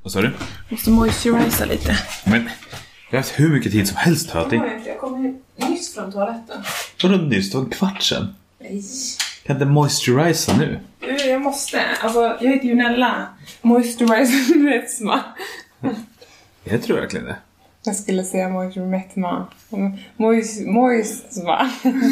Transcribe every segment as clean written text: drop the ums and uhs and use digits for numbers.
Vad sa du? Måste moisturisera lite. Men jag har haft hur mycket tid som helst, Höti. Jag kommer nyss från toaletten. Vadå nyss? Det var en kvart sedan. Nej. Kan inte moisturisera nu? Jag måste. Alltså, jag heter Junella. Moisturizer Metsma. Jag tror verkligen det. Jag skulle säga Moisturizer Metsma. Moistma.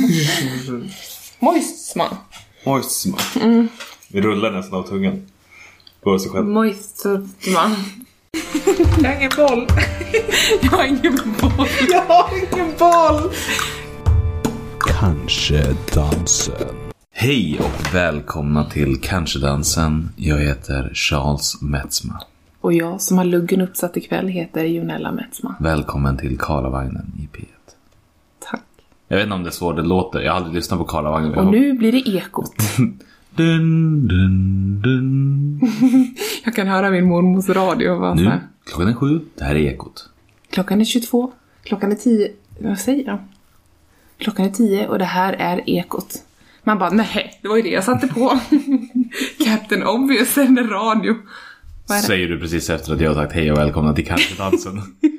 Moistma. Vi rullar nästan av tungan. På sig själv. Moistma. Jag har ingen boll. Jag har ingen boll. Kanske dansen. Hej och välkomna till Kanske dansen. Jag heter Charles Metsma. Och jag som har luggen uppsatt ikväll heter Junella Metsma. Välkommen till Karlavagnen i P1. Tack. Jag vet inte om det är så det låter. Jag har aldrig lyssnat på Karlavagnen. Och nu blir det ekot. Dun, dun, dun. Jag kan höra min mormors radio. Nu, klockan är 7. Det här är ekot. Klockan är 22. Klockan är 10. Vad säger jag? Klockan är 10 och det här är ekot. Man bara, nej, det var ju det jag satte på. Captain Obvious sänder radio. Säger du precis efter att jag har sagt hej och välkomna till Kanske dansen.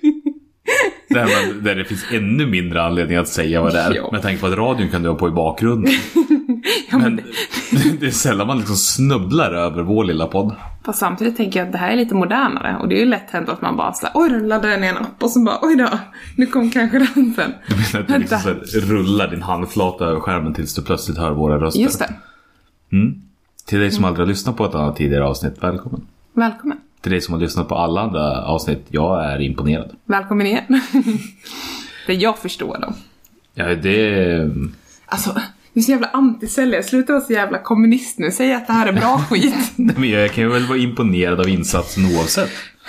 Där det finns ännu mindre anledning att säga vad det är. Ja. Med tanke på att radion kan du ha på i bakgrunden. Ja, men det är sällan man liksom snubblar över vår lilla podd. Fast samtidigt tänker jag att det här är lite modernare. Och det är ju lätt hänt att man bara så här, oj, då laddar jag ner en app. Och så bara, oj då, nu kom Kanske dansen. Du menar att du liksom så här, rullar din handflata över skärmen tills du plötsligt hör våra röster. Just det. Till dig som aldrig har lyssnat på ett annat tidigare avsnitt, välkommen. Välkommen. Till dig som har lyssnat på alla andra avsnitt, jag är imponerad. Välkommen igen. Det jag förstår då. Ja, det... Alltså, du är så jävla anticeller. Sluta vara så jävla kommunist nu. Säg att det här är bra skit. Men jag kan ju väl vara imponerad av insatsen oavsett.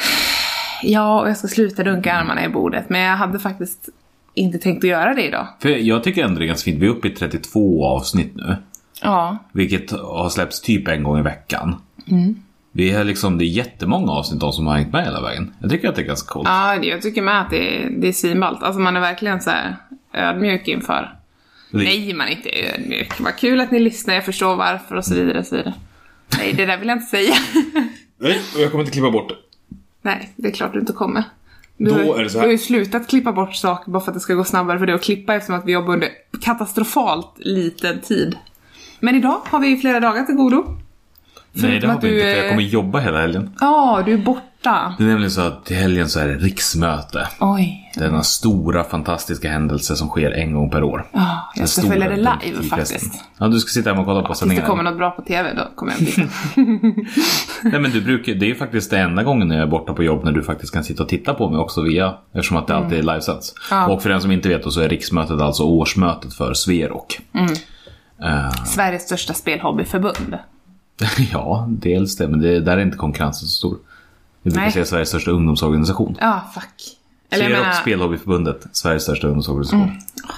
Ja, och jag ska sluta dunka armarna i bordet. Men jag hade faktiskt inte tänkt att göra det idag. För jag tycker ändå det är ganska fint. Vi är uppe i 32 avsnitt nu. Ja. Vilket har släppts typ en gång i veckan. Vi är liksom, det är jättemånga avsnitt av som har hängt med hela vägen. Jag tycker att det är ganska coolt. Ja, jag tycker med att det är svinballt. Alltså man är verkligen så här ödmjuk inför. Nej, man är inte ödmjuk. Vad kul att ni lyssnar, jag förstår varför och så vidare och så vidare. Nej, det där vill jag inte säga. Nej, och jag kommer inte klippa bort det. Nej, det är klart du inte kommer. Då är det så här. Du har ju slutat klippa bort saker bara för att det ska gå snabbare för det att klippa eftersom att vi jobbar under katastrofalt liten tid. Men idag har vi flera dagar till godo. Nej, det har vi inte, för jag kommer jobba hela helgen. Ja, du är borta. Det är nämligen så att till helgen så är det riksmöte. Oj. Denna stora, fantastiska händelse som sker en gång per år. Ja, jag ska följa det live faktiskt. Ja, du ska sitta hemma och kolla på sändningen. Om det kommer något bra på tv, då kommer jag titta. Nej, men det är faktiskt det enda gången när jag är borta på jobb när du faktiskt kan sitta och titta på mig också via, eftersom att det alltid är livesats. Ja. Och för den som inte vet så är riksmötet alltså årsmötet för Sverok. Sveriges största spelhobbyförbund. Ja, dels det, men det där är inte konkurrensen så stor. Vi brukar säga Sveriges största ungdomsorganisation. Ja, fuck. Sverok Spelhobbyförbundet, Sveriges största ungdomsorganisation.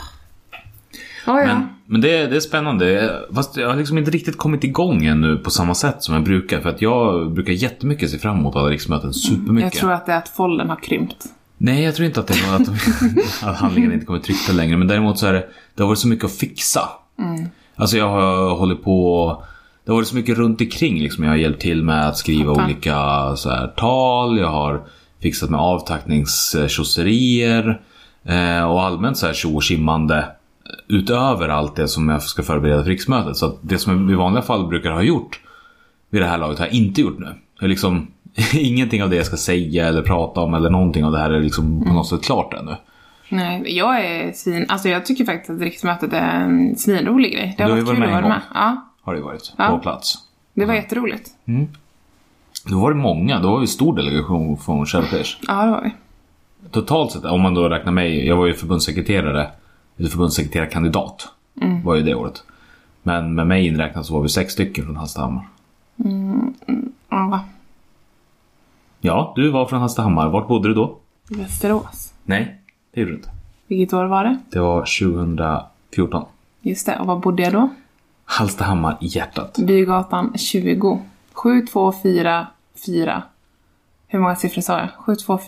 Oh, ja. Men det är spännande. Fast jag har liksom inte riktigt kommit igång ännu på samma sätt som jag brukar. För att jag brukar jättemycket se fram emot alla riksmöten. Supermycket. Jag tror att det är att folden har krympt. Nej, jag tror inte att det är att handlingen inte kommer trycka längre. Men däremot så är det har varit så mycket att fixa. Alltså jag har hållit på... Det har varit så mycket runt omkring liksom. Jag har hjälpt till med att skriva olika så här, tal. Jag har fixat med avtackningstjosserier. Och allmänt så här tjoskimmande utöver allt det som jag ska förbereda för riksmötet. Så att det som jag i vanliga fall brukar ha gjort vid det här laget har jag inte gjort nu. Jag liksom, ingenting av det jag ska säga eller prata om eller någonting av det här är liksom på något sätt klart ännu. Nej, jag är alltså jag tycker faktiskt att riksmötet är en svinrolig grej. Det har varit kul att vara med. Ja. Har det varit på plats. Det var jätteroligt. Då var det många, då var vi stor delegation från Kjellpers. Ja, det var vi. Totalt sett, om man då räknar mig, jag var ju förbundssekreterarkandidat. Var ju det året. Men med mig inräknat så var vi 6 stycken från Hallstahammar. Ja. Ja, du var från Hallstahammar. Vart bodde du då? Västerås. Nej, det gjorde du inte. Vilket år var det? Det var 2014. Just det, och var bodde jag då? Hallstahammar i hjärtat. Bygatan 20. 72444. Hur många siffror sa jag?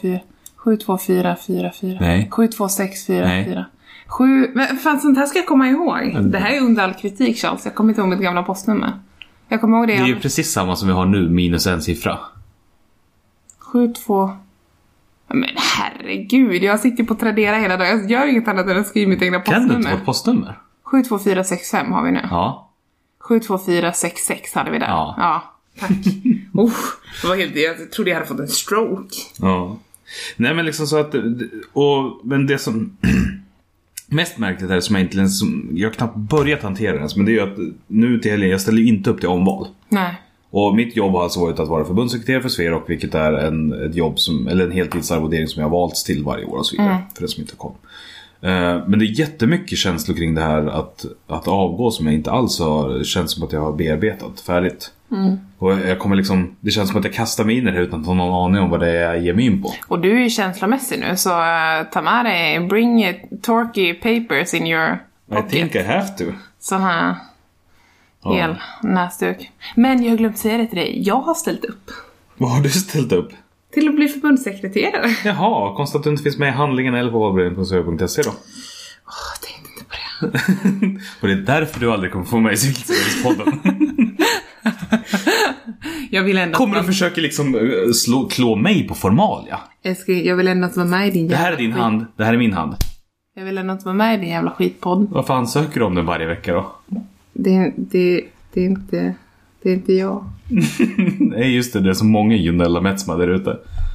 72444. Nej. 72644. 7... Men fan, sånt här ska jag komma ihåg. Det här är under all kritik, Charles. Jag kommer inte ihåg mitt gamla postnummer. Jag kommer ihåg det. Det är ju precis samma som vi har nu, minus en siffra. 72. Men herregud, jag sitter på Tradera hela dagen. Jag gör inget annat än att skriva mitt egna postnummer. Kan du inte vårt postnummer? 72465 har vi nu. Ja. 72466 hade vi där. Ja, tack. Det var helt, jag trodde jag hade fått en stroke. Ja. Nej, men liksom så att... men det som... mest märkligt är det som jag inte... Jag har knappt börjat hantera det. Men det är ju att nu till helgen, jag ställer ju inte upp till omval. Nej. Och mitt jobb har alltså varit att vara förbundssekreterare för Sverok, vilket är ett jobb som, eller en heltidsarvodering som jag har valts till varje år och så vidare, för det som inte kom. Men det är jättemycket känslor kring det här att avgå som jag inte alls har känt som att jag har bearbetat färdigt. Och jag kommer liksom, det känns som att jag kastar mig in i det utan att ha någon aning om vad det är jag ger mig in på. Och du är ju känslomässig nu, så ta med dig, bring torky papers in your pocket. I think I have to. Sån här hel näsduk. Men jag har glömt säga det till dig, jag har ställt upp. Vad har du ställt upp? Till att bli förbundssekreterare. Jaha, konstigt att du inte finns med i handlingen eller på valberedning.se då. Jag tänkte inte på det. Och det är därför du aldrig kommer få med i Civilservicepodden. Jag vill ändå... Kommer du försöka liksom klå mig på formalia? Jag vill ändå inte vara med i din jävla... Det här är din hand, det här är min hand. Jag vill ändå inte vara med i din jävla skitpodd. Vad fan söker du om den varje vecka då? Det är inte jag. Nej, just det, det är så många Junella Metsma där ute.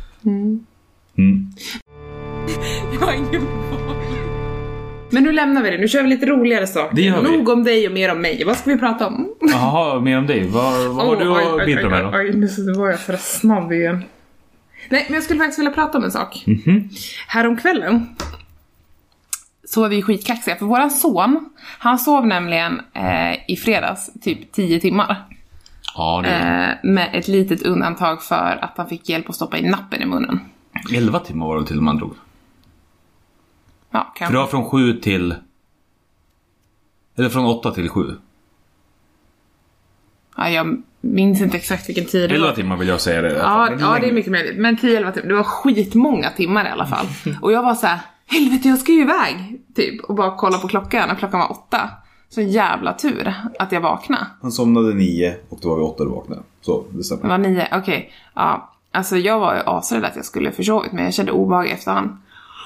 Jag har ingen boll. Men nu lämnar vi det, nu kör vi lite roligare saker. Det gör vi. Nog om dig och mer om mig. Vad ska vi prata om? Jaha, mer om dig. Vad har du att bidra med då? Nu var jag för snabb igen. Nej, men jag skulle faktiskt vilja prata om en sak. Häromkvällen så var vi skitkaxiga. För våran son, han sov nämligen i fredags typ 10 timmar. Ja, det med ett litet undantag för att han fick hjälp att stoppa in nappen i munnen. 11 timmar var det till man drog. Ja, för det var från 7 till... Eller från 8 till 7. Ja, jag minns inte exakt vilken tid det var. 11 timmar vill jag säga det. Ja, det är mycket möjligt. Men 10-11 timmar. Det var skitmånga timmar i alla fall. Och jag var så här: helvete, jag ska ju iväg. Typ. Och bara kolla på klockan. Och klockan var 8. Så jävla tur att jag vaknade. Han somnade 9 och då var vi 8 och vaknade. Så, det stämmer. Det var 9, okej. Ja, alltså jag var ju asrädd att jag skulle försovit. Men jag kände obehag efterhand.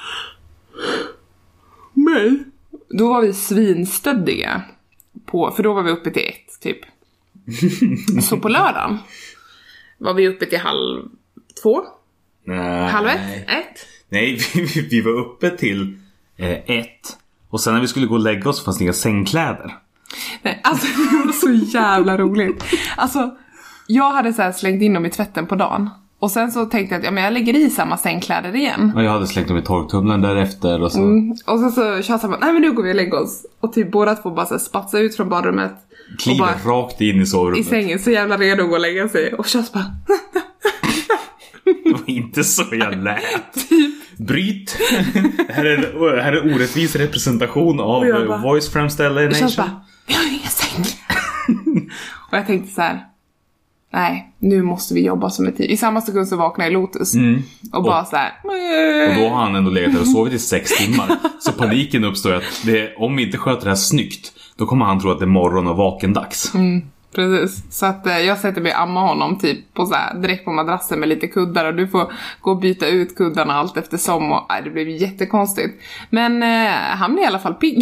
Men då var vi svinstöddiga. För då var vi uppe till 1, typ. Så på lördagen var vi uppe till 1:30. Nej. 1:30? 1? Nej, vi var uppe till 1. Och sen när vi skulle gå och lägga oss fanns det inga sängkläder. Nej, alltså det var så jävla roligt. Alltså, jag hade så här slängt in dem i tvätten på dagen. Och sen så tänkte jag att jag lägger i samma sängkläder igen. Och jag hade slängt dem i torktumlaren därefter och så. Och sen så tjatade man, nej men nu går vi och lägga oss. Och typ båda två bara så här spatsa ut från badrummet. Kliver och bara rakt in i sovrummet. I sängen, så jävla redo att gå och lägga sig. Och tjats bara... Det var inte så jag lät. Bryt. Här är orättvis representation av Voice Framställare Nation. Och bara, vi har ju ingen säng. Och jag tänkte så här: nej, nu måste vi jobba som ett team. I samma sekund så vaknade Lotus. Och bara så här. Och då har han ändå legat där och sovit i 6 timmar. Så paniken uppstår att om vi inte sköter det här snyggt, då kommer han tro att det är morgon och vakendags. Precis, så att jag sätter mig och amma honom typ på så här, direkt på madrassen med lite kuddar. Och du får gå och byta ut kuddarna allt eftersom. Och det blev jättekonstigt. Men han blev i alla fall pigg.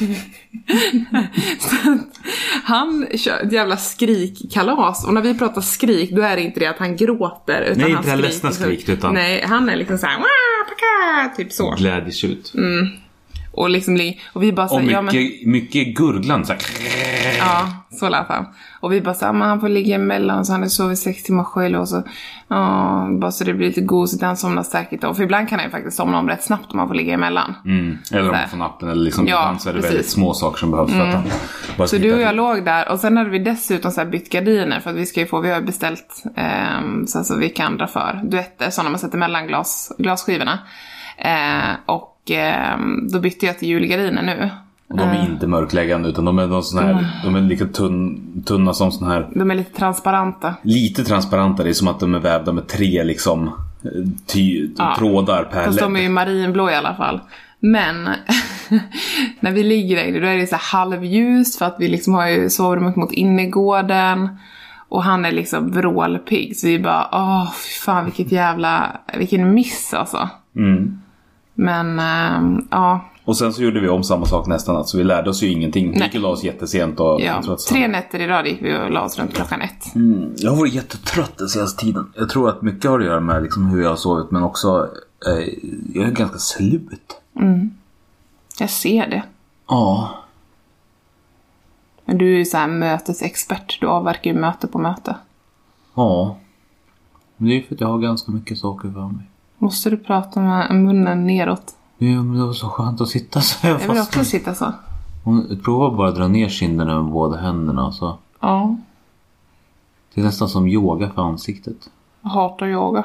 Så att han kör ett jävla skrikkalas. Och när vi pratar skrik, då är det inte det att han gråter, utan nej, han inte det ledsna skrik, utan nej, han är liksom så här, typ så. Glädjesut. Och liksom, och vi bara så, och mycket gurglan så här. Ja, så lät han. Och vi bara så, men han får ligga emellan, så han är sovit 6 timmar själv. Och så, bara så det blir lite gosigt, han somnar säkert då. För ibland kan han ju faktiskt somna om rätt snabbt om man får ligga emellan. Eller om man får nappen, eller liksom ibland så är det precis. väldigt små saker som behövs för att han bara så du och jag låg där. Och sen hade vi dessutom så här bytt gardiner. För att vi har beställt så alltså vi kan dra för duetter, sådana man sätter mellan glasskivorna. Och då bytte jag till julgardiner nu. Och de är inte mörkläggande, utan de är någon sån här, de är lika tunna som sån här. De är lite transparenta. Lite transparenta, det är som att de är vävda med 3 liksom trådar per fast LED. de är ju marinblå i alla fall. Men när vi ligger där, då är det så här halvljust, för att vi liksom har ju sovrummet mot innergården. Och han är liksom vrålpigg. Så vi bara, fy fan vilken miss alltså. Men, ja. Och sen så gjorde vi om samma sak nästan. Så vi lärde oss ju ingenting. Vi gick och la oss jättesent. Och, ja, 3 nätter i rad gick vi och la oss runt klockan 1. Jag har varit jättetrött den senaste tiden. Jag tror att mycket har att göra med liksom hur jag har sovit. Men också, jag är ganska slut. Jag ser det. Ja. Men du är ju så här mötesexpert. Du avverkar ju möte på möte. Ja. Men det är för att jag har ganska mycket saker för mig. Måste du prata med munnen neråt? Ja, men det var så skönt att sitta så. Jag vill också sitta så. Prova bara att dra ner kinderna med båda händerna. Så. Ja. Det är nästan som yoga för ansiktet. Jag hatar yoga.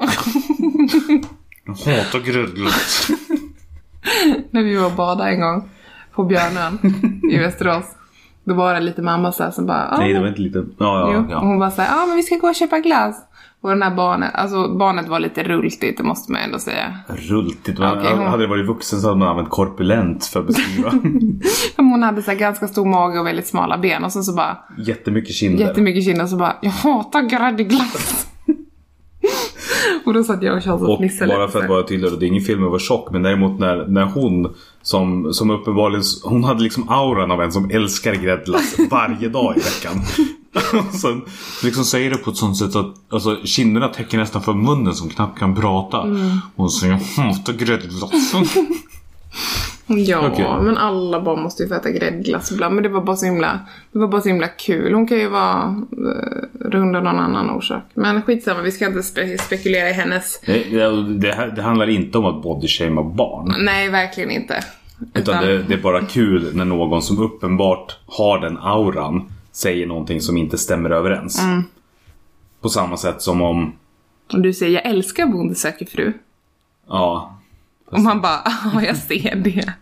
Jag hatar gräddglass. När vi var och badade en gång på Björnön i Västerås. Då var det lite mamma så här som bara... Nej, det var inte lite... Ja. Och hon bara så här, men vi ska gå och köpa glass. Och den här barnet var lite rultigt, det måste man ändå säga. Rultigt? Hade det varit vuxen så hade man använt korpulent för att beskriva. Hon hade så här ganska stor mage och väldigt smala ben. Och så bara... Jättemycket kinder. Så bara, jag hatar gräddglass. Och då satt jag och tjatade och fnissade. Och bara för att vara tydligare, det är ingen film över chock. Men däremot när hon som uppenbarligen, hon hade liksom auran av en som älskar gräddglass varje dag i veckan. Och sen liksom säger det på ett sånt sätt att alltså, kinderna täcker nästan för munnen som knappt kan prata. Och så jag hatar gräddglass. Ja, okay. Men alla barn måste ju få äta gräddglass ibland. Men det var bara så himla kul. Hon kan ju vara rund av någon annan orsak. Men skitsamma, vi ska inte spekulera i hennes... Det handlar inte om att bodyshamea barn. Nej, verkligen inte. Utan det är bara kul när någon som uppenbart har den auran säger någonting som inte stämmer överens. På samma sätt som om du säger, jag älskar Bonde söker fru. Ja. Och man bara, jag ser det.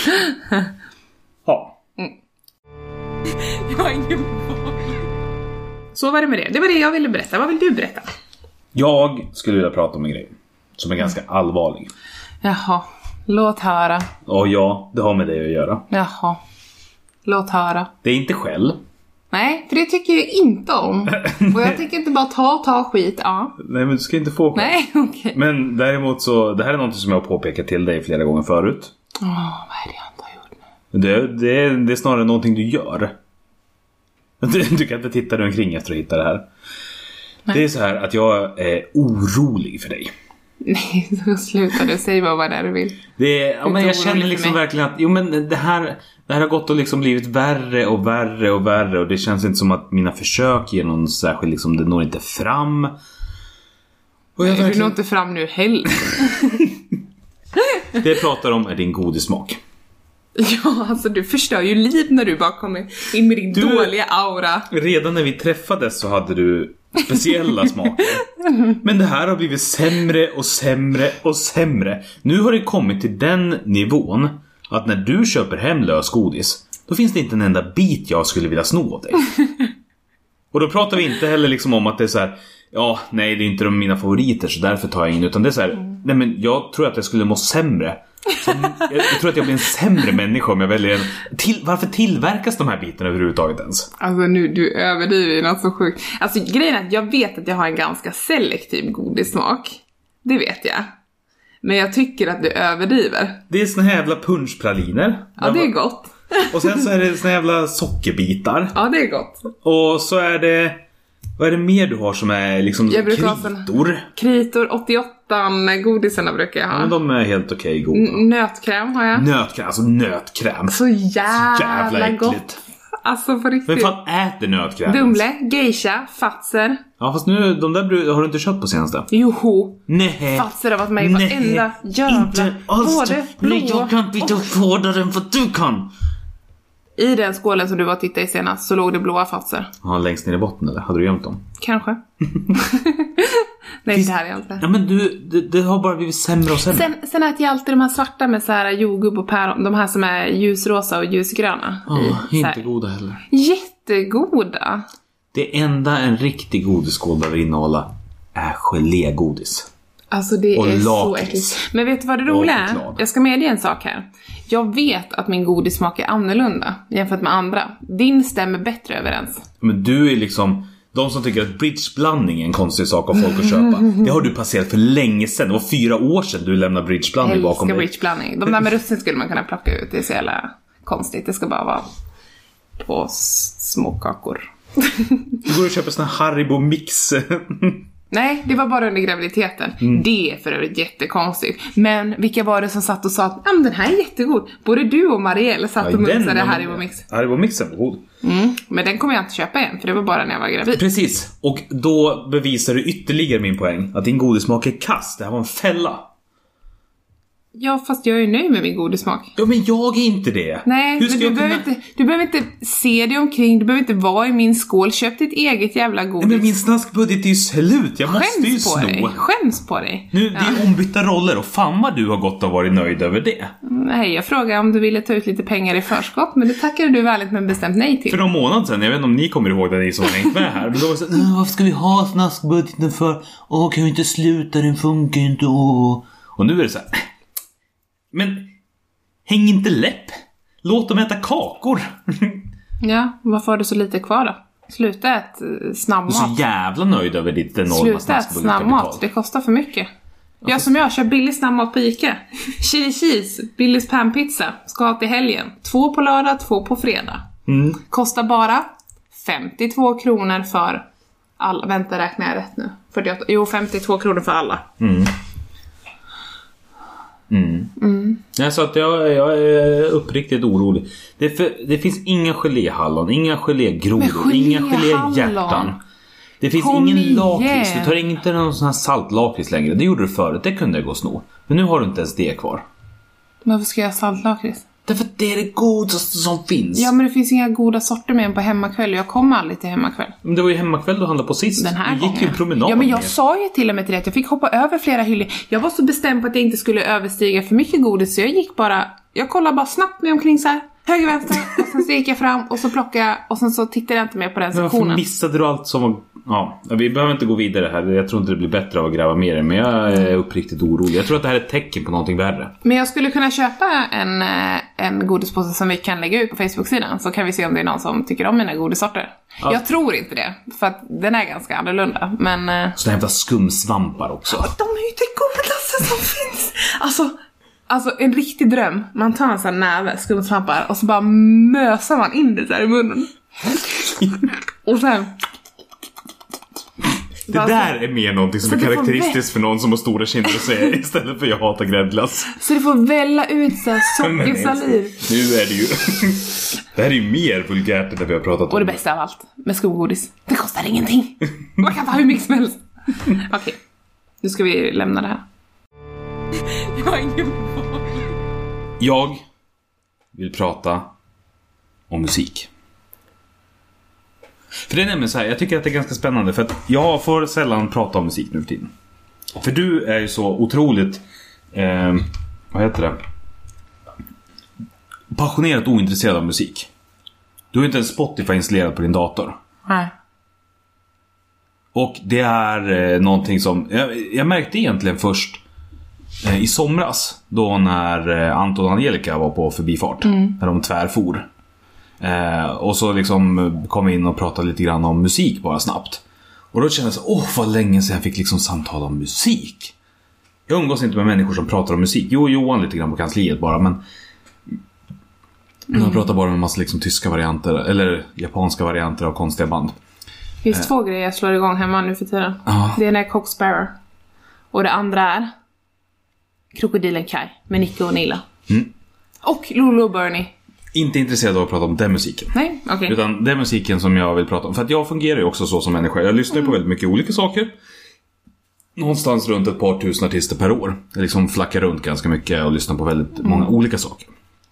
Ja. Jag har ingen val. Så var det med det. Det var det jag ville berätta. Vad vill du berätta? Jag skulle vilja prata om en grej som är ganska allvarlig. Jaha, låt höra. Och ja, det har med det att göra. Jaha, låt höra. Det är inte skäll. Nej, för det tycker jag inte om. Och jag tycker inte bara ta skit, ja. Nej, men du ska inte få skit. Nej, okej. Men däremot så, det här är något som jag har påpekat till dig flera gånger förut. Vad är det jag inte har gjort nu? Det är snarare någonting du gör. Du kan inte titta dig omkring efter att hitta det här. Nej. Det är så här att jag är orolig för dig. Nej, så sluta du. Säg bara vad det är du vill. Men jag känner liksom verkligen att det här har gått och liksom blivit värre och värre och värre. Och det känns inte som att mina försök ger någon särskild liksom, det når inte fram. Och du når inte fram nu heller. Det jag pratar om är din godismak. Ja, alltså du förstör ju liv när du bara kommer in med din dåliga aura. Redan när vi träffades så hade du speciella smaker. Men det här har blivit sämre och sämre och sämre. Nu har det kommit till den nivån att när du köper hem lösgodis, då finns det inte en enda bit jag skulle vilja sno åt dig. Och då pratar vi inte heller liksom om att det är så här, ja, nej, det är inte mina favoriter så därför tar jag in, utan det är så här, nej men jag tror att jag skulle må sämre. Jag tror att jag blir en sämre människa om jag väljer varför tillverkas de här bitarna överhuvudtaget ens? Alltså nu, du överdriver ju något så sjukt. Alltså grejen är att jag vet att jag har en ganska selektiv godissmak. Det vet jag. Men jag tycker att du överdriver. Det är såna här jävla punschpraliner. Ja, det är gott. Och sen så är det såna jävla sockerbitar. Ja, det är gott. Och så är det... Vad är det mer du har som är liksom kritor? Kritor, 88 godisarna brukar jag ha. Men de är helt okej goda. Nötkräm har jag. Nötkräm, alltså nötkräm. Så jävla gott. Alltså på riktigt. Men fan äter nötkräm? Dumle, geisha, fatser. Ja, fast nu, de där har du inte köpt på senaste? Joho. Nej. Fatser har varit med i varenda jävla. Inte alls. Både blå jag kan byta hårdare än vad du kan. I den skålen som du var och tittade i senast så låg det blåa fatser. Ja, längst ner i botten eller? Hade du gömt dem? Kanske. Nej, det här är inte. Ja, men det har bara blivit sämre och sämre. Sen äter jag alltid de här svarta med så här jordgubb och päron. De här som är ljusrosa och ljusgröna. Inte goda heller. Jättegoda. Det enda en riktig godisskål behöver innehålla är gelégodis. Alltså det och är så äckligt. Men vet du vad det roliga är? Jag ska medge en sak här. Jag vet att min godissmak är annorlunda jämfört med andra. Din stämmer bättre överens. Men du är liksom... De som tycker att bridgeblandning är en konstig sak av folk att köpa. Det har du passerat för länge sedan. Det var 4 år sedan du lämnade bridgeblandning bakom dig. Bridgeblandning. De där med russin skulle man kunna plocka ut. Det är så jävla konstigt. Det ska bara vara på små kakor. Du går och köper såna Haribo mix. Nej, det var bara under graviditeten. Det är för övrigt jättekonstigt. Men vilka var det som satt och sa att den här är jättegod? Både du och Marielle satt och mixade Haribo mix. Haribo mixen var god. Men den kommer jag inte köpa igen, för det var bara när jag var gravid. Precis, och då bevisar du ytterligare min poäng. Att din godismak är kast, det här var en fälla. Ja, fast jag är nöjd med min godismak. Ja, men jag är inte det. Nej, men du behöver inte se dig omkring. Du behöver inte vara i min skål. Köp ditt eget jävla godis. Men min snaskbudget är ju slut. Jag måste ju sno. Skäms på dig. Nu, det är ombytta roller. Och fan vad du har gått och varit nöjd över det. Nej, jag frågade om du ville ta ut lite pengar i förskott. Men det tackade du väldigt men bestämt nej till. För någon månad sedan, jag vet inte om ni kommer ihåg det, ni som har hängt med här. Men då var det så, varför ska vi ha snaskbudgeten för? Kan vi inte sluta, den funkar inte. Och nu är det så här. Men häng inte läpp. Låt dem äta kakor. Ja, varför har du så lite kvar då? Sluta ät snabbmat. Du är så jävla nöjd över ditt enorma Sluta ät snabbmat, det kostar för mycket. Jag som jag kör billig snabbmat på Ica. Chili cheese, billig panpizza. Ska ha till helgen. 2 på lördag, 2 på fredag. Kostar bara 52 kronor för alla. Vänta, räknar jag rätt nu? 48. Jo, 52 kronor för alla. Jag sa att jag är uppriktigt orolig. Det finns inga geléhallon, inga gelégrodor, inga geléhjärtan. Det finns ingen lakrits. Du tar inte någon sån här saltlakrits längre. Det gjorde du förut, det kunde jag gå och sno. Men nu har du inte ens det kvar. Varför ska jag ha saltlakrits? Därför att det är det godaste som finns. Ja, men det finns inga goda sorter med en på hemmakväll. Jag kommer aldrig till hemmakväll. Men det var ju hemmakväll du handlade på sist. Den här du gick ju promenad. Ja, men jag sa ju till och med till det att jag fick hoppa över flera hyllor. Jag var så bestämd på att jag inte skulle överstiga för mycket godis. Så jag kollade bara snabbt mig omkring så här. Höger, vänster. Och sen så gick jag fram och så plockade jag. Och sen så tittade jag inte mer på den sektionen. Men varför missade du allt som var... Ja, vi behöver inte gå vidare här. Jag tror inte det blir bättre av att gräva mer. Men jag är uppriktigt orolig. Jag tror att det här är ett tecken på någonting värre. Men jag skulle kunna köpa en godispåse som vi kan lägga ut på Facebook-sidan. Så kan vi se om det är någon som tycker om mina godissorter. Ja. Jag tror inte det. För att den är ganska annorlunda. Men... Så det hämtar skumsvampar också. Ja, de är ju det godaste som finns. Alltså en riktig dröm. Man tar en sån näve skumsvampar. Och så bara mösar man in det där i munnen. Och sen... Det där är mer någonting som är karaktäristiskt för någon som har stora kinder att säga istället för jag hatar gräddglass. Så det får välla ut så här sockersaliv. Nu är det ju... Det här är ju mer vulgärt än det vi har pratat om. Och det bästa av allt, med skumgodis. Det kostar ingenting. Man kan ta hur mycket som helst. Okej, nu ska vi lämna det här. Jag har ingen val. Jag vill prata om musik. För det är nämligen så här, jag tycker att det är ganska spännande. För att jag får sällan prata om musik nu för tiden. För du är ju så otroligt vad heter det? Passionerat ointresserad av musik. Du har inte en Spotify installerad på din dator. Nej. Och det är någonting som jag märkte egentligen först i somras. Då när Anton och Angelica var på förbifart. När de tvärfor. Och så liksom kom in och pratade lite grann om musik bara snabbt. Och då kände jag så, vad länge sedan jag fick liksom samtala om musik. Jag umgås inte med människor som pratar om musik. Jo, Johan lite grann på kansliet bara, men jag pratar bara med en massa liksom tyska varianter eller japanska varianter av konstiga band. Det finns 2 grejer jag slår igång hemma nu för tiden. Det ena är Cock Sparrow. Och det andra är Krokodilen Kai med Nico och Nila. Och Lulu och Bernie. Inte intresserad av att prata om den musiken. Nej, okej. Utan den musiken som jag vill prata om. För att jag fungerar ju också så som människa. Jag lyssnar på väldigt mycket olika saker. Någonstans runt ett par tusen artister per år. Jag liksom flackar runt ganska mycket och lyssnar på väldigt många olika saker.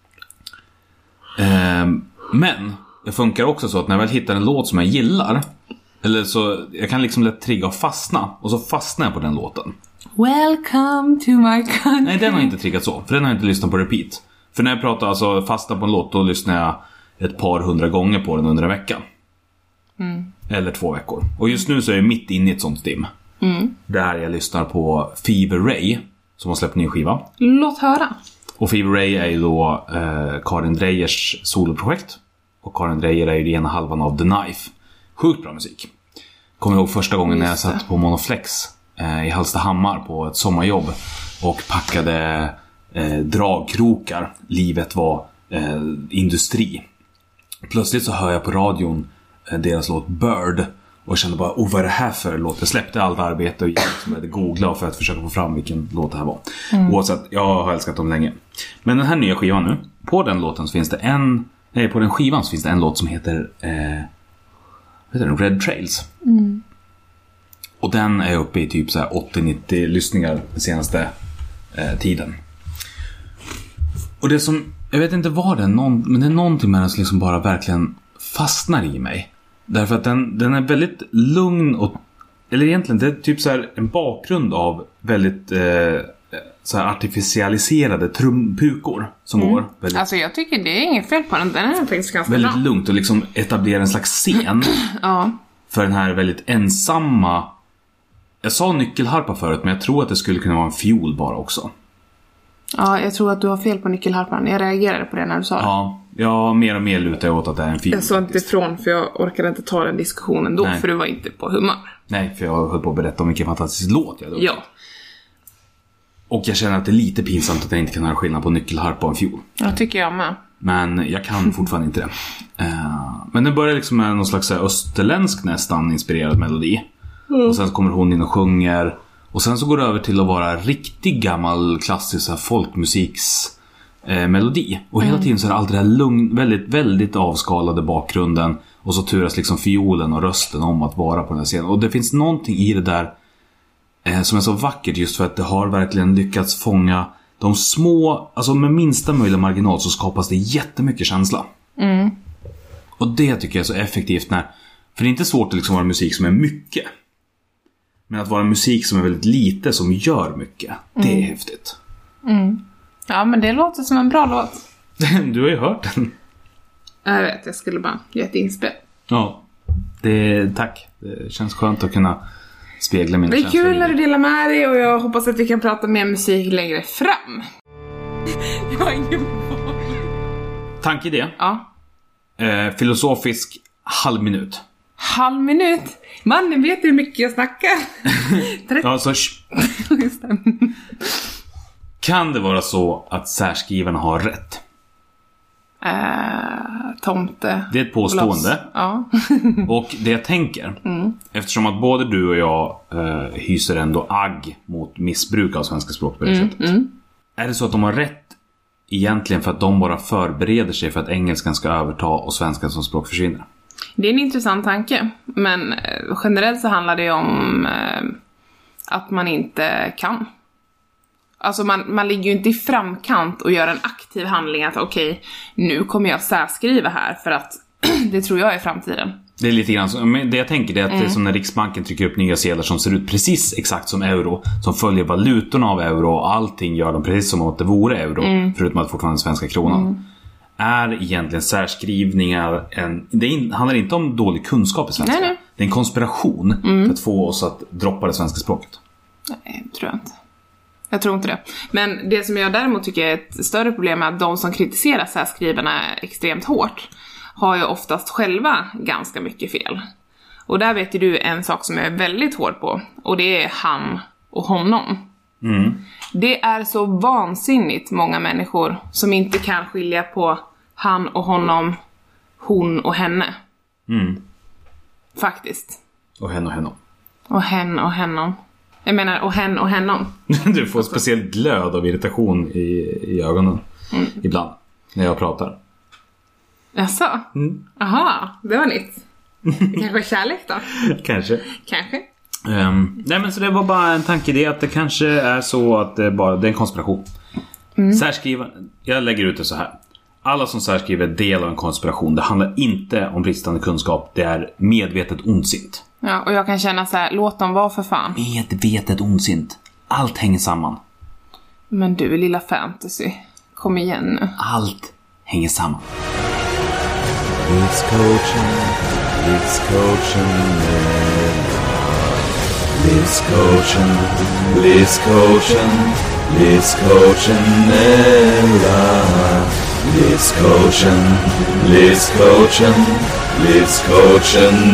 Men det funkar också så att när jag väl hittar en låt som jag gillar, eller så jag kan liksom lätt trigga och fastna. Och så fastnar jag på den låten. Welcome to my country. Nej, den har inte triggat så. För den har jag inte lyssnat på repeat. För när jag pratar alltså fastna på en låt, då lyssnar jag ett par 100 gånger på den under en vecka. Eller 2 veckor. Och just nu så är jag mitt inne i ett sånt stim. Där jag lyssnar på Fever Ray, som har släppt en ny skiva. Låt höra. Och Fever Ray är ju då Karin Dreijers soloprojekt. Och Karin Dreijer är ju den ena halvan av The Knife. Sjukt bra musik. kommer ihåg första gången när jag satt på Monoflex i Hallstahammar på ett sommarjobb och packade dragkrokar. Livet var industri. Plötsligt så hör jag på radion deras låt Bird och kände bara, vad är det här för låt? Jag släppte allt arbete och gick och började googla för att försöka få fram vilken låt det här var. Oavsett, jag har älskat dem länge. Men den här nya skivan nu, på den låten så finns det på den skivan så finns det en låt som heter Red Trails. Och den är uppe i typ så här 80-90 lyssningar den senaste tiden. Och det som, jag vet inte vad det är, men det är någonting med den som liksom bara verkligen fastnar i mig. Därför att den är väldigt lugn och, eller egentligen det är typ så här en bakgrund av väldigt så här artificialiserade trumpukor som går väldigt, Alltså jag tycker det är inget fel på den. Den är faktiskt ganska väldigt bra. lugnt och liksom etablera en slags scen för den här väldigt ensamma. Jag sa nyckelharpa förut, men jag tror att det skulle kunna vara en fiol bara också. Ja, jag tror att du har fel på nyckelharpan. Jag reagerade på det när du sa det. Ja, mer och mer lutar jag åt att det är en fiol. Jag sa inte ifrån för jag orkade inte ta den diskussionen då. Nej. För du var inte på humör. Nej, för jag höll på att berätta om vilken fantastisk låt jag hade. Ja. Och jag känner att det är lite pinsamt att jag inte kan höra skillnad på nyckelharpa och en fiol. Jag tycker jag med. Men jag kan fortfarande inte det. Men det börjar liksom med någon slags österländsk nästan inspirerad melodi. Och sen så kommer hon in och sjunger. Och sen så går det över till att vara riktigt gammal klassisk folkmusiks melodi. Och hela tiden så är det alltid det här lugn, väldigt, väldigt avskalade bakgrunden. Och så turas liksom fiolen och rösten om att vara på den här scenen. Och det finns någonting i det där som är så vackert just för att det har verkligen lyckats fånga de små, alltså med minsta möjliga marginal så skapas det jättemycket känsla. Och det tycker jag är så effektivt för det är inte svårt att liksom vara musik som är mycket. Men att vara musik som är väldigt lite som gör mycket, det är häftigt. Ja, men det låter som en bra låt. Du har ju hört den. Jag vet, jag skulle bara ge ett inspel. Ja, tack. Det känns skönt att kunna spegla mina Det är känslor. kul när du delar med dig och jag hoppas att vi kan prata mer musik längre fram. Jag har ingen val. Tankeidé. Ja. Filosofisk halvminut. Halvminut. Mannen vet hur mycket jag snackar. 30. Ja, så Just det. kan det vara så att särskrivarna har rätt? Tomte. Det är ett påstående. Ja. Och det jag tänker, eftersom att både du och jag hyser ändå agg mot missbruk av svenska språk på det sättet. Är det så att de har rätt egentligen för att de bara förbereder sig för att engelskan ska överta och svenskan som språk försvinner? Det är en intressant tanke. Men generellt så handlar det om att man inte kan. Alltså man ligger ju inte i framkant och gör en aktiv handling att okej, nu kommer jag särskriva här för att det tror jag är framtiden. Det är lite grann så, men det jag tänker det är att det är som när Riksbanken trycker upp nya sedlar som ser ut precis exakt som euro, som följer valutorna av euro och allting gör de precis som att det vore euro, förutom att fortfarande svenska kronan. Är egentligen särskrivningar det handlar inte om dålig kunskap i svenska. Nej. Det är en konspiration för att få oss att droppa det svenska språket. Nej, tror jag inte. Jag tror inte det. Men det som jag däremot tycker är ett större problem är att de som kritiserar särskrivarna extremt hårt har ju oftast själva ganska mycket fel. Och där vet ju du en sak som jag är väldigt hård på. Och det är han och honom. Det är så vansinnigt många människor som inte kan skilja på han och honom, hon och henne. Faktiskt. Och hen och henom. Och hen och hennom. Jag menar, och hen och hennom. Du får speciell glöd av irritation i ögonen ibland när jag pratar. Jaså? Aha, det var nytt. Det kanske är kärlek då? Kanske. Nej, men så det var bara en tanke att det kanske är så att det är en konspiration. Jag lägger ut det så här. Alla som särskriver del av en konspiration. Det handlar inte om bristande kunskap. Det är medvetet ondsint. Ja, och jag kan känna så här, låt dem vara för fan. Medvetet ondsint. Allt hänger samman. Men du, lilla fantasy. Kom igen nu. Allt hänger samman. Livscoachen, livscoachen, livscoachen, livscoachen, livscoachen, livscoachen, Livscoachen, livscoachen, livscoachen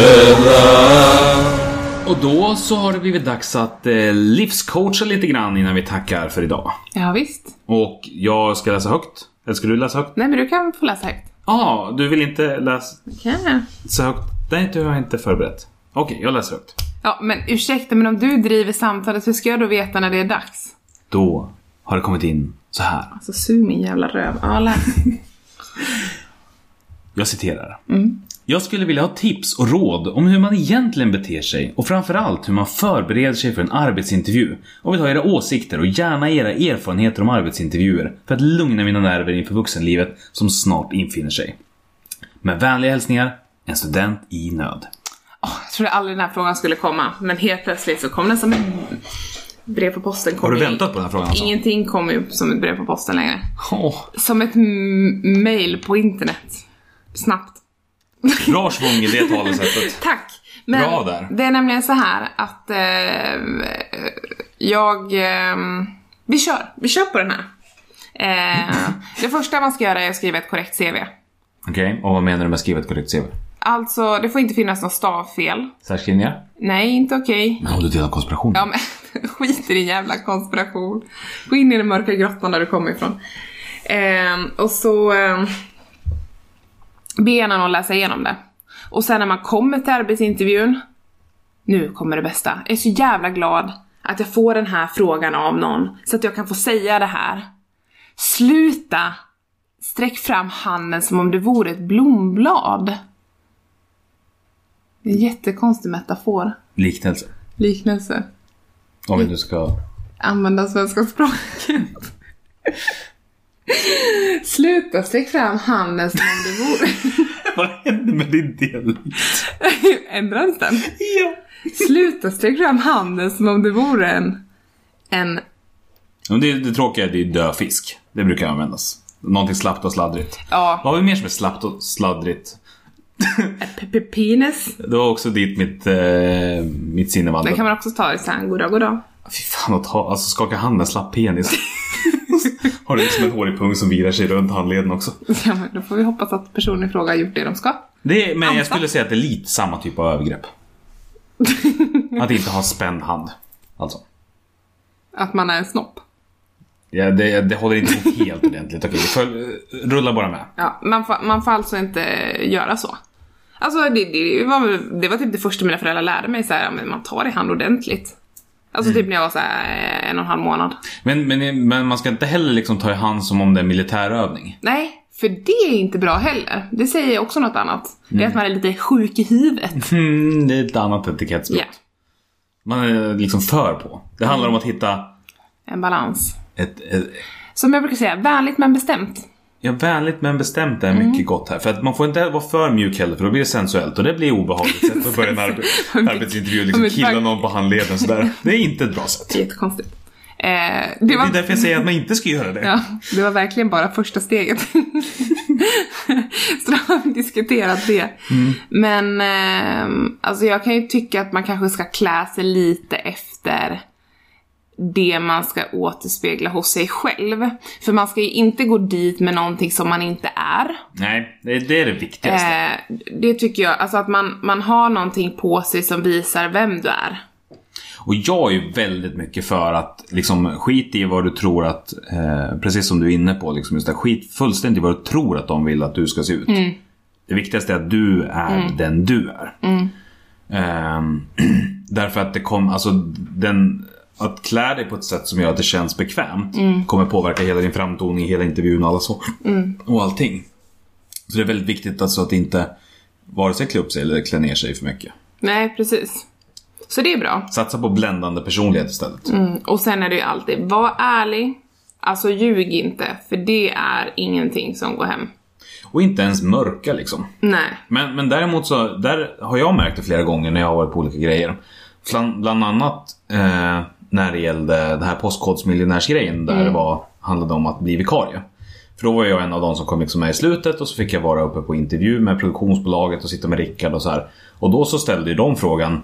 Och då så har det blivit dags att livscoacha lite grann innan vi tackar för idag. Ja, visst. Och jag ska läsa högt. Eller ska du läsa högt? Nej, men du kan få läsa högt. Du vill inte läsa Okay. så högt? Nej, du har inte förberett. Okej, jag läser högt. Ja, men ursäkta, men om du driver samtalet, hur ska jag då veta när det är dags? Då har det kommit in så här. Alltså, sug min jävla röv. Ja, läs. Jag citerar. Jag skulle vilja ha tips och råd om hur man egentligen beter sig och framförallt hur man förbereder sig för en arbetsintervju. Och vill ha era åsikter och gärna era erfarenheter om arbetsintervjuer för att lugna mina nerver inför vuxenlivet som snart infinner sig. Med vänliga hälsningar, en student i nöd. Jag trodde aldrig den här frågan skulle komma, men helt plötsligt så kom den som ett brev på posten. Har du väntat på den här frågan alltså? Ingenting kommer ju som ett brev på posten längre. Som ett mail på internet. Snabbt. Bra svång i det talesättet. Tack. Men bra där. Det är nämligen så här att vi kör på den här. Det första man ska göra är att skriva ett korrekt CV. Okej, och vad menar du med skriva ett korrekt CV? Alltså, det får inte finnas någon stavfel. Särskrivningar? Nej, inte okej. Men om du delar konspiration? Ja, men skit i din jävla konspiration. Gå in i den mörka grottan där du kommer ifrån. Och så ber någon att läsa igenom det. Och sen när man kommer till arbetsintervjun, nu kommer det bästa. Jag är så jävla glad att jag får den här frågan av någon så att jag kan få säga det här. Sluta sträck fram handen som om det vore ett blomblad. Det är en jättekonstig metafor. Liknelse. Om vi nu ska använda svenska språket. Sluta sträck fram handen som om det vore. Vad händer med din dialekt? Ändrades den? Ja. Sluta sträck fram handen som om det vore en... Det tråkiga är att det är döfisk. Det brukar användas. Någonting slappt och sladdrigt. Ja. Vad har vi mer som är slappt och sladdrigt? Penis. Det var också dit mitt sinne vandrar. Det kan man också ta i sen. Goddag. Fy fan, alltså skaka hand med slapp penis. Har du liksom en hårig pung som virar sig runt handleden också? Ja, men då får vi hoppas att personen i fråga har gjort det de ska. Men jag skulle säga att det är lite samma typ av övergrepp. Att inte ha spänd hand. Alltså. Att man är en snopp. Ja, det håller inte helt ordentligt. Okej, rulla bara med. Ja, man får alltså inte göra så. Alltså det var typ det första mina föräldrar lärde mig så här, men man tar i hand ordentligt. Alltså typ när jag var så här 1,5 månad. Men man ska inte heller liksom ta i hand som om det är militärövning. Nej, för det är inte bra heller. Det säger också något annat. Det är att man är lite sjuk i huvudet. Det är ett annat etikettsbrott. Yeah. Man är liksom för på. Det handlar om att hitta en balans. Som jag brukar säga, vänligt men bestämt. Ja, vänligt men bestämt är mycket gott här. För att man får inte vara för mjuk heller, för då blir det sensuellt. Och det blir obehagligt sätt att börja en arbetsintervju. Liksom killa någon på handleden sådär. Det är inte ett bra sätt. Det är jättekonstigt. Det är därför jag säger att man inte ska göra det. Ja, det var verkligen bara första steget. Så då har vi diskuterat det. Men alltså jag kan ju tycka att man kanske ska klä sig lite efter det man ska återspegla hos sig själv. För man ska ju inte gå dit med någonting som man inte är. Nej, det är det viktigaste. Det tycker jag, alltså att man har någonting på sig som visar vem du är. Och jag är ju väldigt mycket för att liksom skit i vad du tror att precis som du är inne på liksom just det, skit fullständigt vad du tror att de vill att du ska se ut. Det viktigaste är att du är den du är. Därför att det att klä dig på ett sätt som gör att det känns bekvämt kommer påverka hela din framtoning, hela intervjun och alla så. Och allting. Så det är väldigt viktigt alltså att inte vare sig klä upp sig eller klä ner sig för mycket. Nej, precis. Så det är bra. Satsa på bländande personlighet istället. Och sen är det ju alltid, var ärlig. Alltså ljug inte, för det är ingenting som går hem. Och inte ens mörka liksom. Nej. Men däremot så, där har jag märkt det flera gånger när jag har varit på olika grejer. Bland annat när det gällde den här postkodsmiljonärsgrejen där det handlade om att bli vikarie. För då var jag en av de som kom liksom med i slutet och så fick jag vara uppe på intervju med produktionsbolaget och sitta med Rickard och så här. Och då så ställde ju de frågan,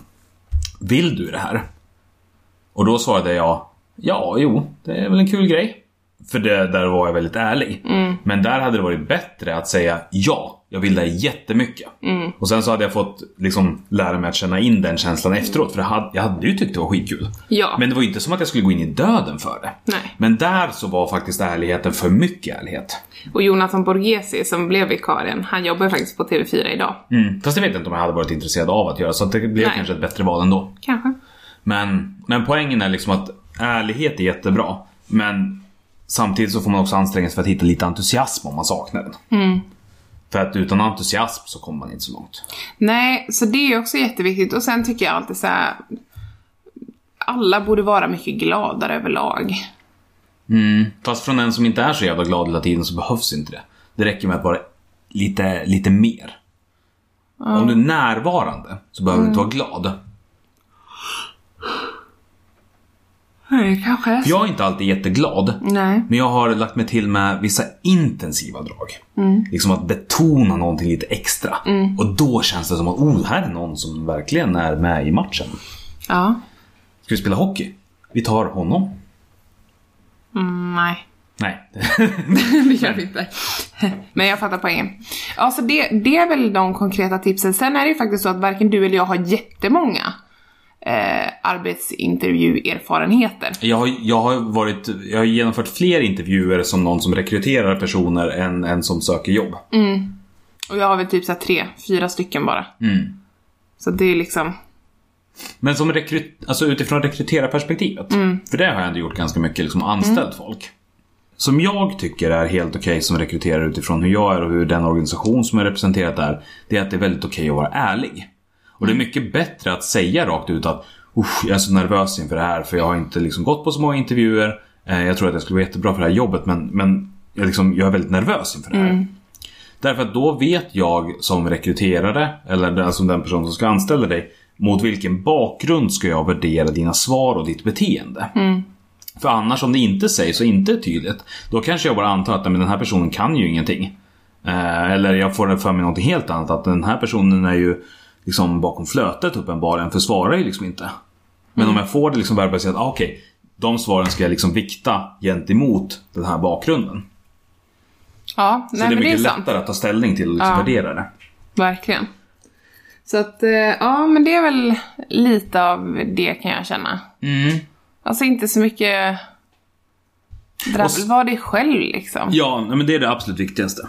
vill du det här? Och då svarade jag, ja, jo, det är väl en kul grej. För där var jag väldigt ärlig. Men där hade det varit bättre att säga ja, jag vill det jättemycket. Och sen så hade jag fått liksom lära mig att känna in den känslan efteråt. För jag hade ju tyckt det var skitkul. Ja. Men det var ju inte som att jag skulle gå in i döden för det. Nej. Men där så var faktiskt ärligheten för mycket ärlighet. Och Jonathan Borghesi som blev vikarien, han jobbar faktiskt på TV4 idag. Fast jag vet inte om jag hade varit intresserad av att göra. Så att det blev kanske ett bättre val ändå. Kanske. Men poängen är liksom att ärlighet är jättebra. Men samtidigt så får man också anstränga sig för att hitta lite entusiasm om man saknar den. För att utan entusiasm så kommer man inte så långt. Nej, så det är också jätteviktigt. Och sen tycker jag alltid så här, alla borde vara mycket gladare överlag. Fast från en som inte är så jävla glad hela tiden så behövs inte det. Det räcker med att vara lite mer. Om du är närvarande så behöver du inte vara glad. Nej, kanske. För jag är inte alltid jätteglad. Nej. Men jag har lagt mig till med vissa intensiva drag. Liksom att betona någonting lite extra. Och då känns det som att här är någon som verkligen är med i matchen. Ja. Ska vi spela hockey? Vi tar honom. Nej. Nej. Det gör vi inte. Men jag fattar poängen. Ja, så det är väl de konkreta tipsen. Sen är det ju faktiskt så att varken du eller jag har jättemånga arbetsintervjuerfarenheter. Jag har genomfört fler intervjuer som någon som rekryterar personer än som söker jobb. Och jag har väl typ så 3-4 stycken bara. Så det är liksom... Men som alltså utifrån rekryterarperspektivet. För det har jag ändå gjort ganska mycket, liksom anställt folk. Som jag tycker är helt okej som rekryterare utifrån hur jag är och hur den organisation som är representerat är. Det är att det är väldigt okej att vara ärlig. Och det är mycket bättre att säga rakt ut att jag är så nervös inför det här. För jag har inte liksom gått på så många intervjuer. Jag tror att jag skulle vara jättebra för det här jobbet. Men jag är väldigt nervös inför det här. Därför att då vet jag som rekryterare, eller alltså den person som ska anställa dig, mot vilken bakgrund ska jag värdera dina svar och ditt beteende. För annars, om det inte sägs och inte är tydligt, då kanske jag bara antar att men den här personen kan ju ingenting. Eller jag får för mig något helt annat, att den här personen är ju liksom bakom flötet uppenbarligen, för svarar ju liksom inte. Men om jag får det liksom verbaliserat, okej, de svaren ska jag liksom vikta gentemot den här bakgrunden. Ja, så det är mycket lättare att ta ställning till och liksom värdera det. Verkligen. Så att, ja, men det är väl lite av det kan jag känna. Alltså inte så mycket var det själv liksom. Ja, men det är det absolut viktigaste.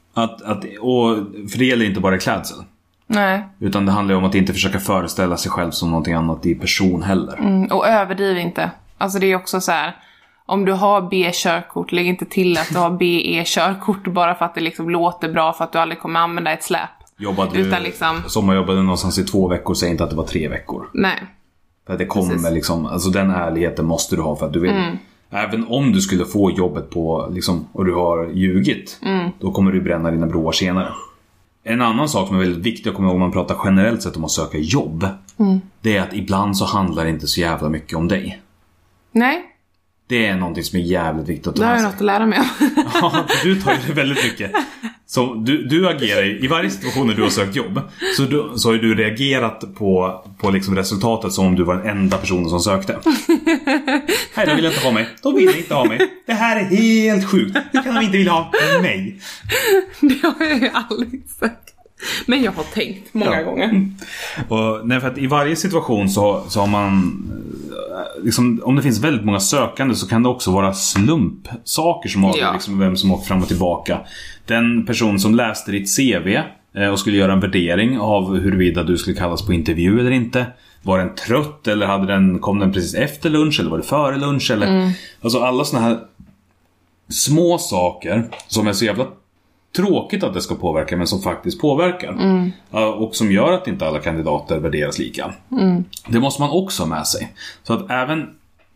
För det gäller inte bara klädsel. Nej. Utan det handlar om att inte försöka föreställa sig själv som någonting annat i person heller. Och överdriv inte. Alltså det är också så här, om du har B-körkort, lägg inte till att du har BE-körkort bara för att det liksom låter bra, för att du aldrig kommer använda ett släp. Sommarjobbade någonstans i 2 veckor, säg inte att det var 3 veckor. Nej. För att det kommer liksom, alltså den ärligheten måste du ha för att du vill. Även om du skulle få jobbet på liksom, och du har ljugit, då kommer du bränna dina broar senare. En annan sak som är väldigt viktig att komma ihåg om man pratar generellt sett om att söka jobb, det är att ibland så handlar det inte så jävla mycket om dig. Nej. Det är någonting som är jävligt viktigt att ta med sig. Det har jag något att lära mig om. Ja, för du tar ju det väldigt mycket. Så du agerar i varje situation när du har sökt jobb, så har du reagerat på liksom resultatet som om du var den enda personen som sökte. Nej, de vill inte ha mig. De vill inte ha mig. Det här är helt sjukt. Hur kan de inte vilja ha mig? Det har jag ju aldrig sagt. Men jag har tänkt många gånger. Och, för att i varje situation så har man liksom, om det finns väldigt många sökande så kan det också vara slumpsaker som avgör liksom vem som åker fram och tillbaka. Den person som läste ditt CV och skulle göra en värdering av huruvida du skulle kallas på intervju eller inte. Var den trött eller kom den precis efter lunch eller var det före lunch eller alltså alla såna här små saker som är så jävla tråkigt att det ska påverka, men som faktiskt påverkar. Och som gör att inte alla kandidater värderas lika. Det måste man också ha med sig. Så att även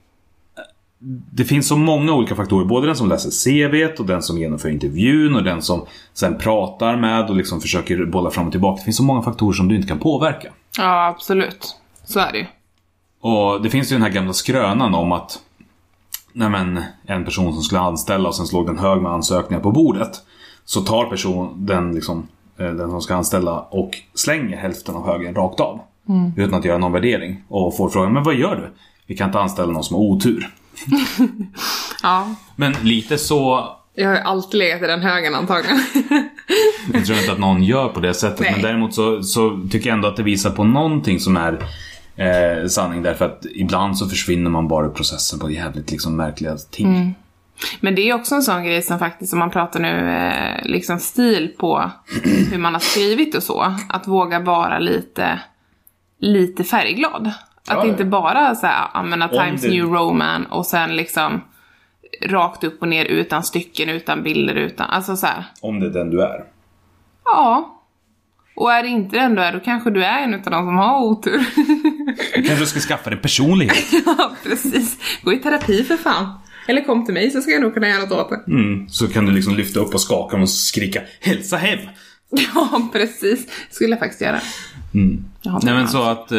det finns så många olika faktorer. Både den som läser CV:t och den som genomför intervjun och den som sen pratar med och liksom försöker bolla fram och tillbaka. Det finns så många faktorer som du inte kan påverka. Ja, absolut. Så är det ju. Och det finns ju den här gamla skrönan om att en person som skulle anställa och sen slog den hög med ansökningar på bordet, så tar den som ska anställa och slänger hälften av högen rakt av. Utan att göra någon värdering. Och får frågan, men vad gör du? Vi kan inte anställa någon som har otur. Ja. Men lite så... Jag har ju alltid legat i den högen antagligen. Jag tror inte att någon gör på det sättet. Nej. Men däremot så tycker jag ändå att det visar på någonting som är sanning. Därför att ibland så försvinner man bara i processen på jävligt liksom märkliga ting. Men det är också en sån grej som faktiskt, om man pratar nu liksom stil på hur man har skrivit och så, att våga vara lite färgglad. Att inte bara så här, använda Times New Roman och sen liksom rakt upp och ner utan stycken, utan bilder, utan, alltså så här. Om det är den du är. Ja. Och är det inte den du är, då kanske du är en av de som har otur. Kanske ska skaffa dig personlighet. Ja, precis. Gå i terapi för fan. Eller kom till mig så ska jag nog kunna göra något åt det. Så kan du liksom lyfta upp och skaka och skrika hälsa hem. Ja, precis. Skulle jag faktiskt göra. Nej, men så att...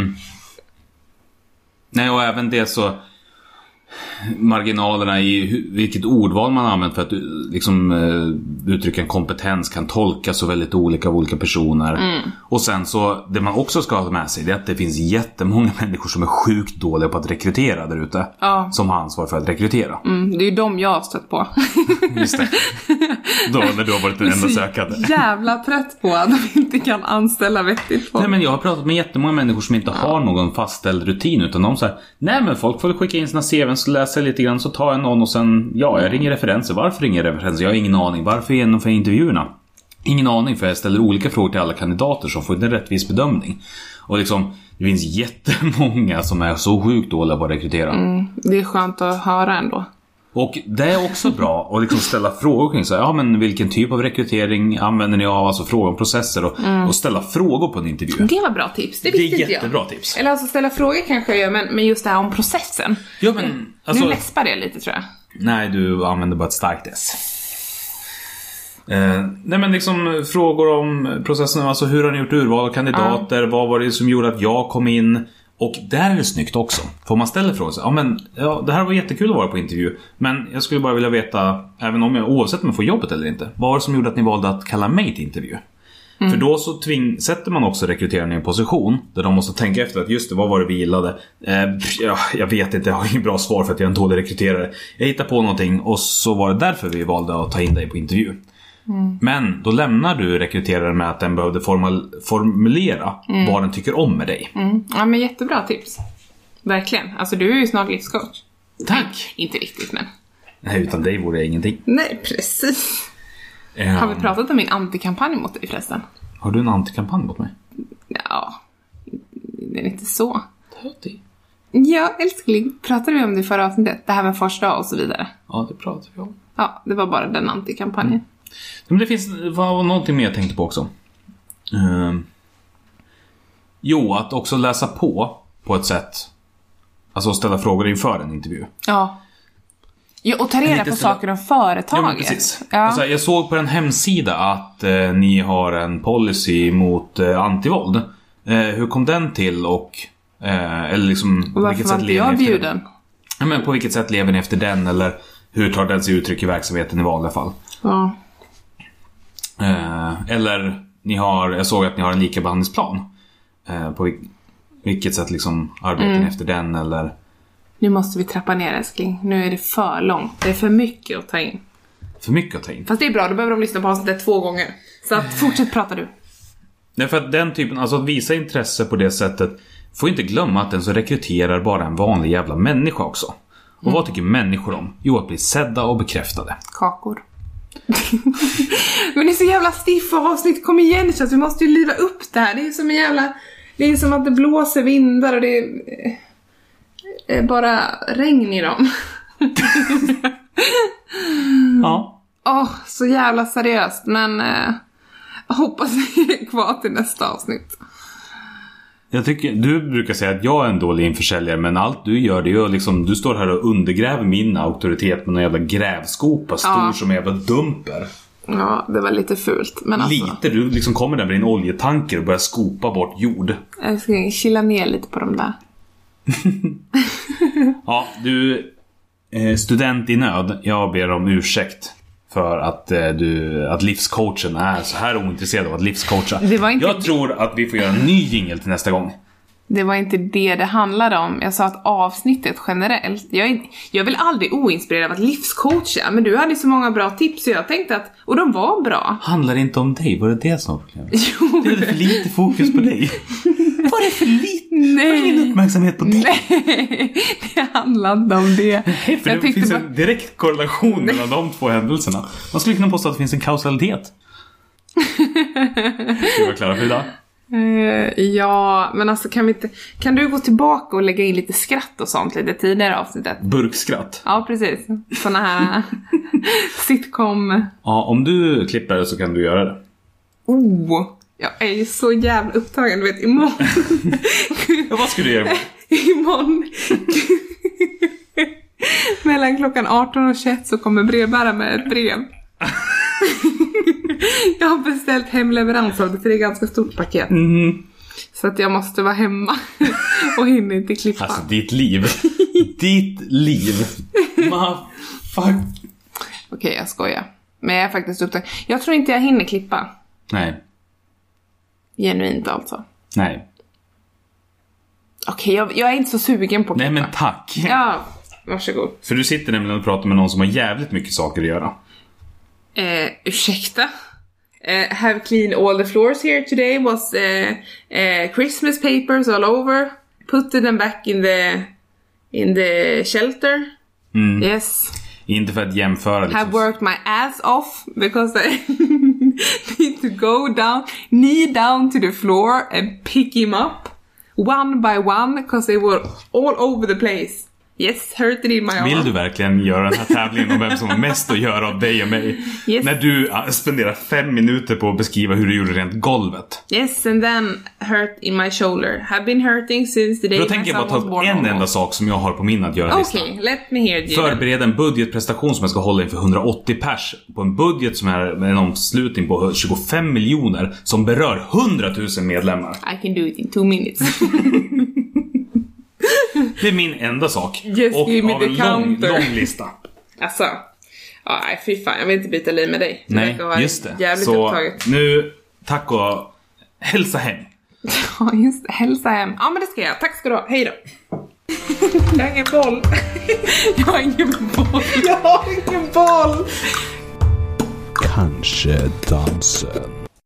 nej, och även det så... Marginalerna i vilket ordval man använder för att liksom, uttrycka en kompetens kan tolkas så väldigt olika av olika personer. Och sen så, det man också ska ha med sig, det är att det finns jättemånga människor som är sjukt dåliga på att rekrytera där ute. Ja. Som har ansvar för att rekrytera. Det är ju de jag har stött på. Just det. Då när du har varit den enda sökande. Jävla trött på att de inte kan anställa vettigt folk. Nej, men jag har pratat med jättemånga människor som inte har någon fastställd rutin, utan de säger, nej men folk får skicka in sina CV:n, så läser jag lite grann, så tar jag någon och sen, jag ringer referenser. Varför ringer jag referenser? Jag har ingen aning. Varför genomför jag intervjuerna? Ingen aning, för jag ställer olika frågor till alla kandidater som får en rättvis bedömning. Och liksom, det finns jättemånga som är så sjukt dåliga på att rekrytera. Det är skönt att höra ändå. Och det är också bra att liksom ställa frågor kring så här, ja men vilken typ av rekrytering använder ni av, alltså frågor om processer och ställa frågor på en intervju. Det var bra tips, det visste inte jag. Jättebra tips. Eller alltså ställa frågor kanske jag gör, men just det här om processen. Ja, men alltså, Nu läspar det lite, tror jag. nej, du använder bara ett starkt S. Nej, men liksom frågor om processen, alltså hur har ni gjort urval av kandidater, vad var det som gjorde att jag kom in? Och där är det snyggt också. För man ställer frågor så, det här var jättekul att vara på intervju, men jag skulle bara vilja veta, även om oavsett om jag får jobbet eller inte, vad var det som gjorde att ni valde att kalla mig till intervju? För då så sätter man också rekryterarna i en position där de måste tänka efter att just det, vad var det vi gillade? Jag vet inte, jag har ingen bra svar för att jag är en dålig rekryterare. Jag hittar på någonting och så var det därför vi valde att ta in dig på intervju. Men då lämnar du rekryteraren med att den behövde formulera vad den tycker om med dig. Ja, men jättebra tips. Verkligen. Alltså du är ju snart livscoach. Tack! Inte riktigt, men... Nej, utan dig vore jag ingenting. Nej, precis. Har vi pratat om min antikampanj mot dig förresten? Har du en antikampanj mot mig? Ja, det är inte så. Tötig. Ja, älskling. Pratade vi om det i förra avsnittet? Det här med första och så vidare. Ja, det pratar vi om. Ja, det var bara den antikampanjen. Men det var någonting mer jag tänkte på också. Jo, att också läsa på ett sätt. Alltså ställa frågor inför en intervju. Ja. Ja, och ta reda på saker om företaget. Ja, men precis. Ja. Alltså, jag såg på en hemsida att ni har en policy mot antivåld. Hur kom den till och eller liksom och varför var inte jag bjuden? Ja, men på vilket sätt lever ni efter den, eller hur tar den sig uttryck i verksamheten i vanliga fall? Ja. Eller jag såg att ni har en likabehandlingsplan. På vilket sätt liksom arbetar ni efter den, eller... Nu måste vi trappa ner, älskling. Nu är det för långt. Det är för mycket att ta in. För mycket att ta in. Fast det är bra, då behöver de lyssna på avsnittet 2 gånger. Så att, fortsätt prata du. Nej, för att den typen, alltså att visa intresse på det sättet, får inte glömma att den som rekryterar bara en vanlig jävla människa också. Och vad tycker människor om? Jo, att bli sedda och bekräftade. Kakor. Men det är så jävla stiffa avsnitt. Kom igen, så vi måste ju liva upp det här. Det är som en jävla... Det är som att det blåser vindar och det är bara regn i dem. Ja. Så jävla seriöst. Men jag hoppas vi är kvar till nästa avsnitt. Jag tycker, du brukar säga att jag är en dålig införsäljare, men allt du gör, det är ju liksom, du står här och undergräver min auktoritet med en jävla grävskopa stor som en jävla dumper. Ja, det var lite fult, men alltså... Lite, du liksom kommer där med din oljetanker och börjar skopa bort jord. Jag ska chilla ner lite på dem där. Ja, du student i nöd, jag ber om ursäkt för att att livscoachen är så här ointresserad av att livscoacha. Det var inte... Jag tror att vi får göra en ny jingle till nästa gång. Det var inte det handlade om. Jag sa att avsnittet generellt. Jag vill aldrig oinspirerad av att livscoacha. Men du hade så många bra tips så jag tänkte att... Och de var bra. Handlar det inte om dig? Var det som var problemet? Jo. Det är för lite fokus på dig. Var det för lite? Nej. Var det ingen uppmärksamhet på dig? Nej, det handlar inte om det. För det finns en direkt korrelation mellan de två händelserna. Man skulle kunna påstå att det finns en kausalitet. Ska vi vara klara för idag? Ja, men alltså kan du gå tillbaka och lägga in lite skratt och sånt lite tidigare avsnittet? Burkskratt. Ja, precis. Såna här sitcom. Ja, om du klipper det så kan du göra det. Jag är ju så jävla upptagen, du vet, imorgon. Ja, vad ska du göra? Imorgon. Mellan klockan 18 och 21 så kommer brevbäraren med ett brev. Jag har beställt hemleverans av det, för det är ett ganska stort paket. Så att jag måste vara hemma och hinner inte klippa. Alltså ditt liv. Ditt liv. Fuck. Okej, jag skojar. Men jag är faktiskt upptagen. Jag tror inte jag hinner klippa. Nej. Genuint alltså. Nej. Okej, jag är inte så sugen på att klippa. Nej, men tack. Ja, varsågod. För du sitter nämligen och pratar med någon som har jävligt mycket saker att göra. Ursäkta? Have cleaned all the floors here today. Was Christmas papers all over. Put them back in the shelter. Yes. Inte för att jämföra liksom. Have worked my ass off because I need to go down, knee down to the floor and pick him up one by one because they were all over the place. Yes, hurt it in my arm. Vill du verkligen göra den här tävlingen om vem som har mest att göra av dig och mig? Yes. När du spenderar 5 minuter på att beskriva hur du gjorde rent golvet. Yes, and then hurt in my shoulder. Have been hurting since the day Då tänker jag bara ta upp en enda sak som jag har på min att göra lista. Okej, let me hear you. Förbereda en budgetprestation som jag ska hålla inför 180 pers. På en budget som är en omslutning på 25 miljoner som berör 100 000 medlemmar. I can do it in 2 minutes. Det är min enda sak. Just och give me av the en counter. lång lista. Alltså, nej fy fan, jag vill inte byta liv med dig. Nej, just det. Jävligt så upptaget. nu, tack och hälsa hem. Ja, just det. Hälsa hem. Ja, men det ska jag. Tack ska du ha. Hej då. Jag har ingen boll. Jag har ingen boll. Jag har ingen boll. Kanske dansen.